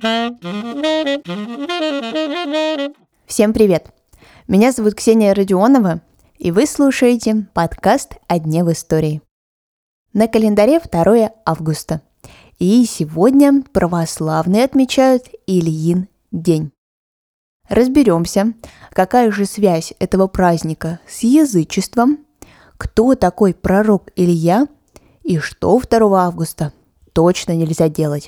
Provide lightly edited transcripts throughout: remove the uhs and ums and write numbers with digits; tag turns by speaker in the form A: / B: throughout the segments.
A: Всем привет! Меня зовут Ксения Родионова, и вы слушаете подкаст «О дне в истории». На календаре 2 августа, и сегодня православные отмечают Ильин день. Разберемся, какая же связь этого праздника с язычеством, кто такой пророк Илья и что 2 августа точно нельзя делать.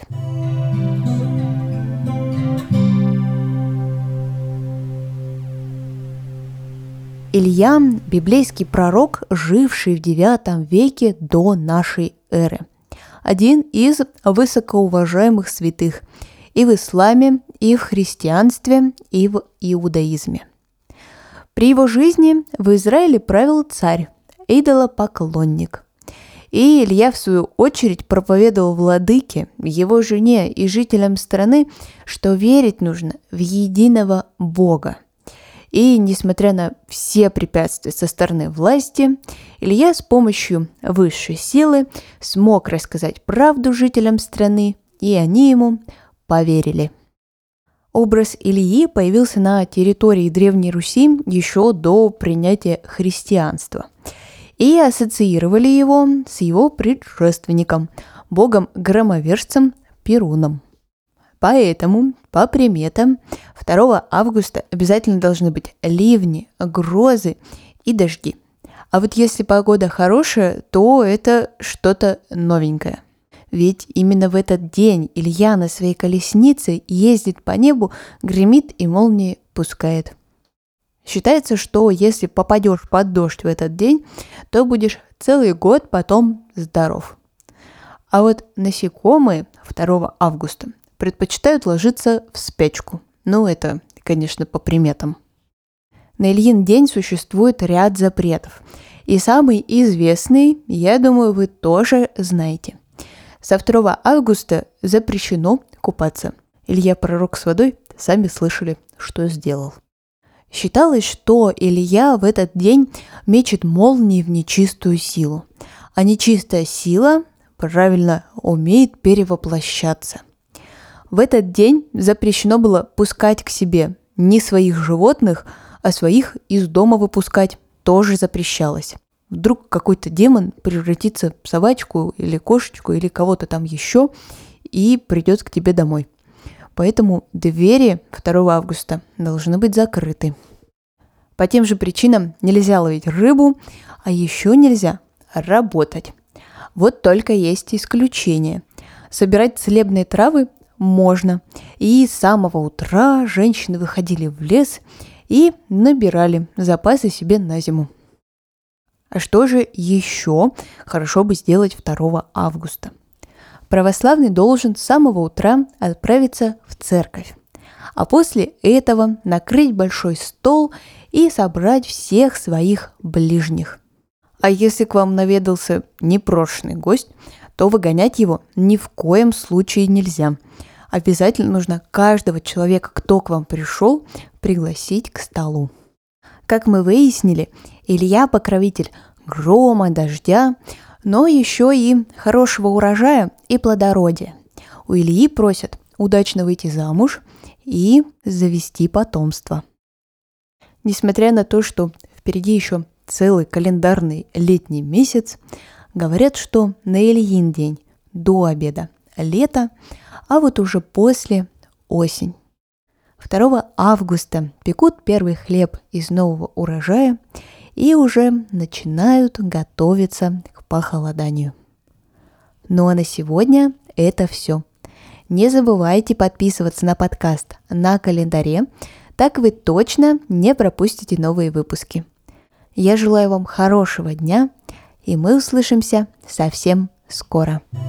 A: Илья – библейский пророк, живший в IX веке до нашей эры. Один из высокоуважаемых святых и в исламе, и в христианстве, и в иудаизме. При его жизни в Израиле правил царь, идолопоклонник. И Илья, в свою очередь, проповедовал владыке, его жене и жителям страны, что верить нужно в единого Бога. И, несмотря на все препятствия со стороны власти, Илья с помощью высшей силы смог рассказать правду жителям страны, и они ему поверили. Образ Ильи появился на территории Древней Руси еще до принятия христианства. И ассоциировали его с его предшественником, богом-громовержцем Перуном. Поэтому, по приметам, 2 августа обязательно должны быть ливни, грозы и дожди. А вот если погода хорошая, то это что-то новенькое. Ведь именно в этот день Илья на своей колеснице ездит по небу, гремит и молнии пускает. Считается, что если попадешь под дождь в этот день, то будешь целый год потом здоров. А вот насекомые 2 августа предпочитают ложиться в спячку. Это, конечно, по приметам. На Ильин день существует ряд запретов. И самый известный, я думаю, вы тоже знаете. Со 2 августа запрещено купаться. Илья, пророк с водой, сами слышали, что сделал. Считалось, что Илья в этот день мечет молнии в нечистую силу. А нечистая сила, правильно, умеет перевоплощаться. В этот день запрещено было пускать к себе не своих животных, а своих из дома выпускать тоже запрещалось. Вдруг какой-то демон превратится в собачку или кошечку или кого-то там еще и придет к тебе домой. Поэтому двери 2 августа должны быть закрыты. По тем же причинам нельзя ловить рыбу, а еще нельзя работать. Вот только есть исключение. Собирать целебные травы можно. И с самого утра женщины выходили в лес и набирали запасы себе на зиму. А что же еще хорошо бы сделать 2 августа? Православный должен с самого утра отправиться в церковь, а после этого накрыть большой стол и собрать всех своих ближних. А если к вам наведался непрошенный гость, то выгонять его ни в коем случае нельзя. Обязательно нужно каждого человека, кто к вам пришел, пригласить к столу. Как мы выяснили, Илья – покровитель грома, дождя, но еще и хорошего урожая и плодородия. У Ильи просят удачно выйти замуж и завести потомство. Несмотря на то, что впереди еще целый календарный летний месяц, говорят, что на Ильин день до обеда лето, а вот уже после осень. 2 августа пекут первый хлеб из нового урожая и уже начинают готовиться к похолоданию. Ну а на сегодня это все. Не забывайте подписываться на подкаст на календаре, так вы точно не пропустите новые выпуски. Я желаю вам хорошего дня, и мы услышимся совсем скоро.